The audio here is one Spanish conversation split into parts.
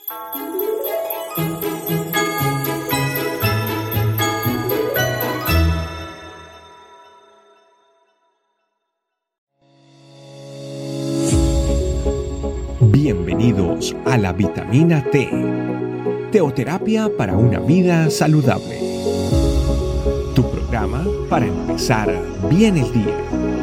Bienvenidos a la Vitamina T, teoterapia para una vida saludable. Tu programa para empezar bien el día.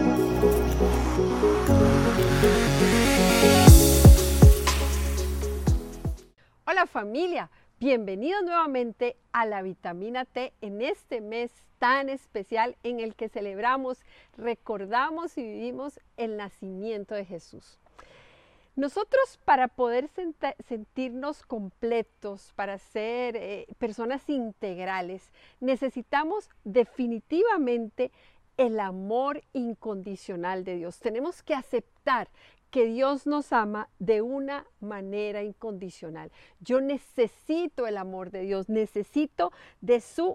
Hola familia, bienvenidos nuevamente a la Vitamina T en este mes tan especial en el que celebramos, recordamos y vivimos el nacimiento de Jesús. Nosotros, para poder sentirnos completos, para ser personas integrales, necesitamos definitivamente el amor incondicional de Dios. Tenemos que aceptar que Dios nos ama de una manera incondicional. Yo necesito el amor de Dios, necesito de su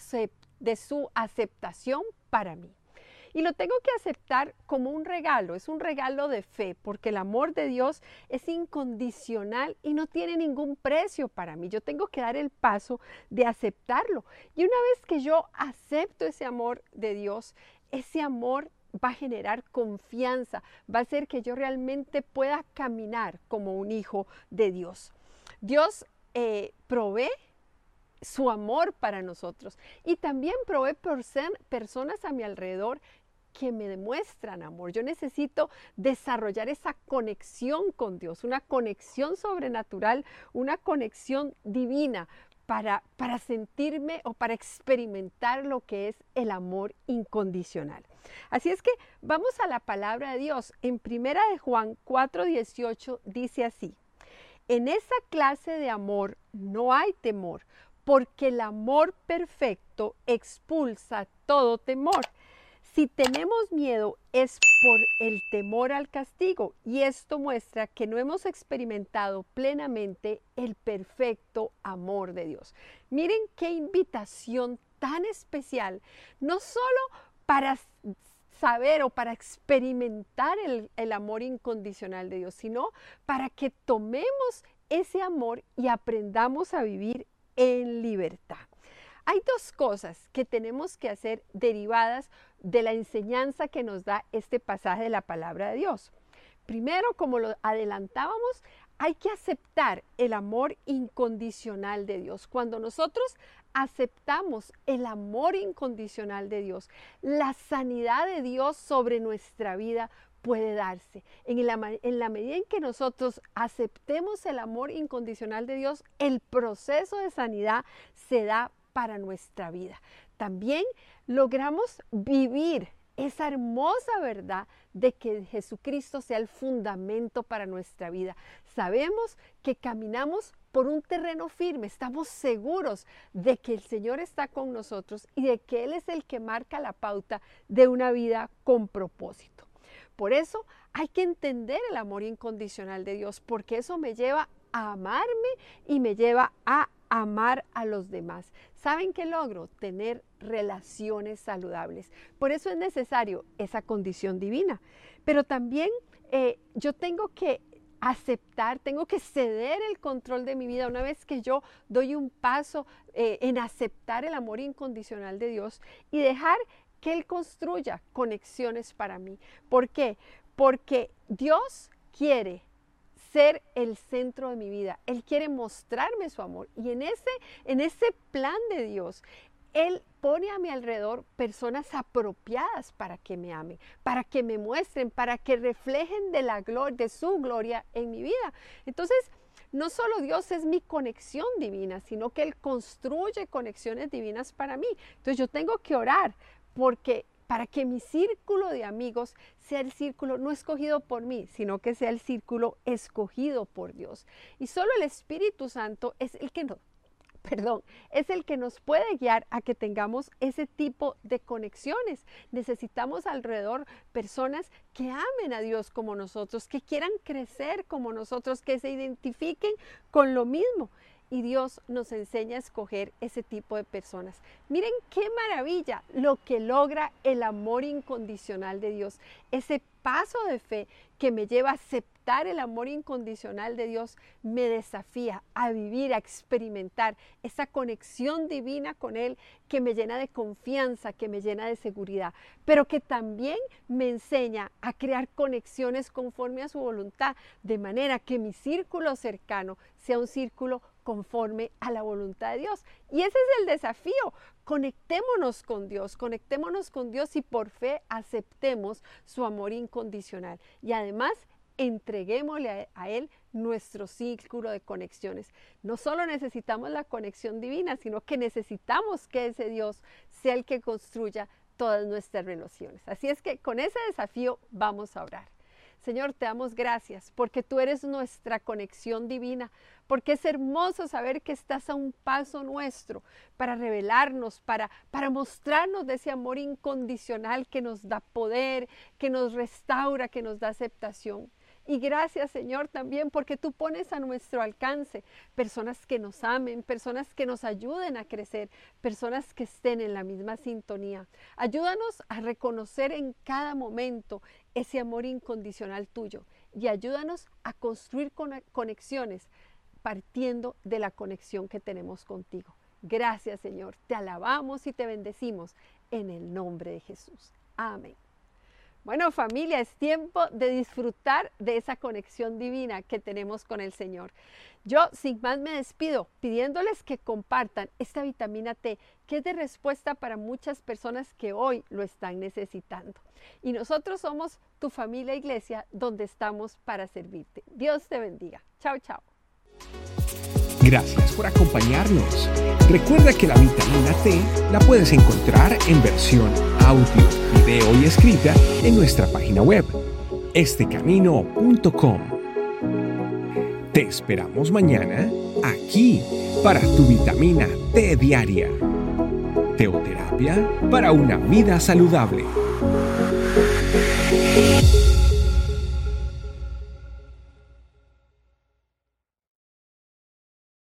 aceptación para mí. Y lo tengo que aceptar como un regalo, es un regalo de fe, porque el amor de Dios es incondicional y no tiene ningún precio para mí. Yo tengo que dar el paso de aceptarlo. Y una vez que yo acepto ese amor de Dios, ese amor va a generar confianza, va a hacer que yo realmente pueda caminar como un hijo de Dios. Dios provee su amor para nosotros y también provee personas a mi alrededor que me demuestran amor. Yo necesito desarrollar esa conexión con Dios, una conexión sobrenatural, una conexión divina para sentirme o para experimentar lo que es el amor incondicional. Así es que vamos a la palabra de Dios. En 1 de Juan 4:18 dice así: en esa clase de amor no hay temor, porque el amor perfecto expulsa todo temor. Si tenemos miedo es por el temor al castigo, y esto muestra que no hemos experimentado plenamente el perfecto amor de Dios. Miren qué invitación tan especial, no solo para saber o para experimentar el amor incondicional de Dios, sino para que tomemos ese amor y aprendamos a vivir en libertad. Hay dos cosas que tenemos que hacer derivadas de la enseñanza que nos da este pasaje de la palabra de Dios. Primero, como lo adelantábamos, hay que aceptar el amor incondicional de Dios. Cuando nosotros aceptamos el amor incondicional de Dios, la sanidad de Dios sobre nuestra vida puede darse. En la medida en que nosotros aceptemos el amor incondicional de Dios, el proceso de sanidad se da para nuestra vida. También logramos vivir esa hermosa verdad de que Jesucristo sea el fundamento para nuestra vida. Sabemos que caminamos por un terreno firme, estamos seguros de que el Señor está con nosotros y de que Él es el que marca la pauta de una vida con propósito. Por eso hay que entender el amor incondicional de Dios, porque eso me lleva a amarme y me lleva a amar a los demás. ¿Saben qué logro? Tener relaciones saludables. Por eso es necesario esa condición divina. Pero también yo tengo que aceptar, tengo que ceder el control de mi vida. Una vez que yo doy un paso en aceptar el amor incondicional de Dios y dejar que Él construya conexiones para mí. ¿Por qué? Porque Dios quiere ser el centro de mi vida. Él quiere mostrarme su amor. Y en ese plan de Dios, Él pone a mi alrededor personas apropiadas para que me amen, para que me muestren, para que reflejen de su gloria en mi vida. Entonces, no solo Dios es mi conexión divina, sino que Él construye conexiones divinas para mí. Entonces, yo tengo que orar para que mi círculo de amigos sea el círculo no escogido por mí, sino que sea el círculo escogido por Dios. Y solo el Espíritu Santo es el que nos puede guiar a que tengamos ese tipo de conexiones. Necesitamos alrededor personas que amen a Dios como nosotros, que quieran crecer como nosotros, que se identifiquen con lo mismo. Y Dios nos enseña a escoger ese tipo de personas. Miren qué maravilla lo que logra el amor incondicional de Dios. Ese paso de fe que me lleva a aceptar aceptar el amor incondicional de Dios me desafía a vivir, a experimentar esa conexión divina con Él que me llena de confianza, que me llena de seguridad, pero que también me enseña a crear conexiones conforme a su voluntad, de manera que mi círculo cercano sea un círculo conforme a la voluntad de Dios. Y ese es el desafío. Conectémonos con Dios y por fe aceptemos su amor incondicional. Y además, entreguémosle a Él nuestro círculo de conexiones. No solo necesitamos la conexión divina, sino que necesitamos que ese Dios sea el que construya todas nuestras relaciones. Así es que con ese desafío vamos a orar. Señor, te damos gracias porque tú eres nuestra conexión divina, porque es hermoso saber que estás a un paso nuestro para revelarnos, para mostrarnos de ese amor incondicional que nos da poder, que nos restaura, que nos da aceptación. Y gracias, Señor, también porque tú pones a nuestro alcance personas que nos amen, personas que nos ayuden a crecer, personas que estén en la misma sintonía. Ayúdanos a reconocer en cada momento ese amor incondicional tuyo y ayúdanos a construir conexiones partiendo de la conexión que tenemos contigo. Gracias, Señor. Te alabamos y te bendecimos en el nombre de Jesús. Amén. Bueno, familia, es tiempo de disfrutar de esa conexión divina que tenemos con el Señor. Yo, sin más, me despido pidiéndoles que compartan esta vitamina T, que es de respuesta para muchas personas que hoy lo están necesitando. Y nosotros somos tu familia iglesia, donde estamos para servirte. Dios te bendiga. Chao, chao. Gracias por acompañarnos. Recuerda que la vitamina T la puedes encontrar en versión audio, video y escrita en nuestra página web, estecamino.com. Te esperamos mañana aquí para tu vitamina T diaria. Teoterapia para una vida saludable.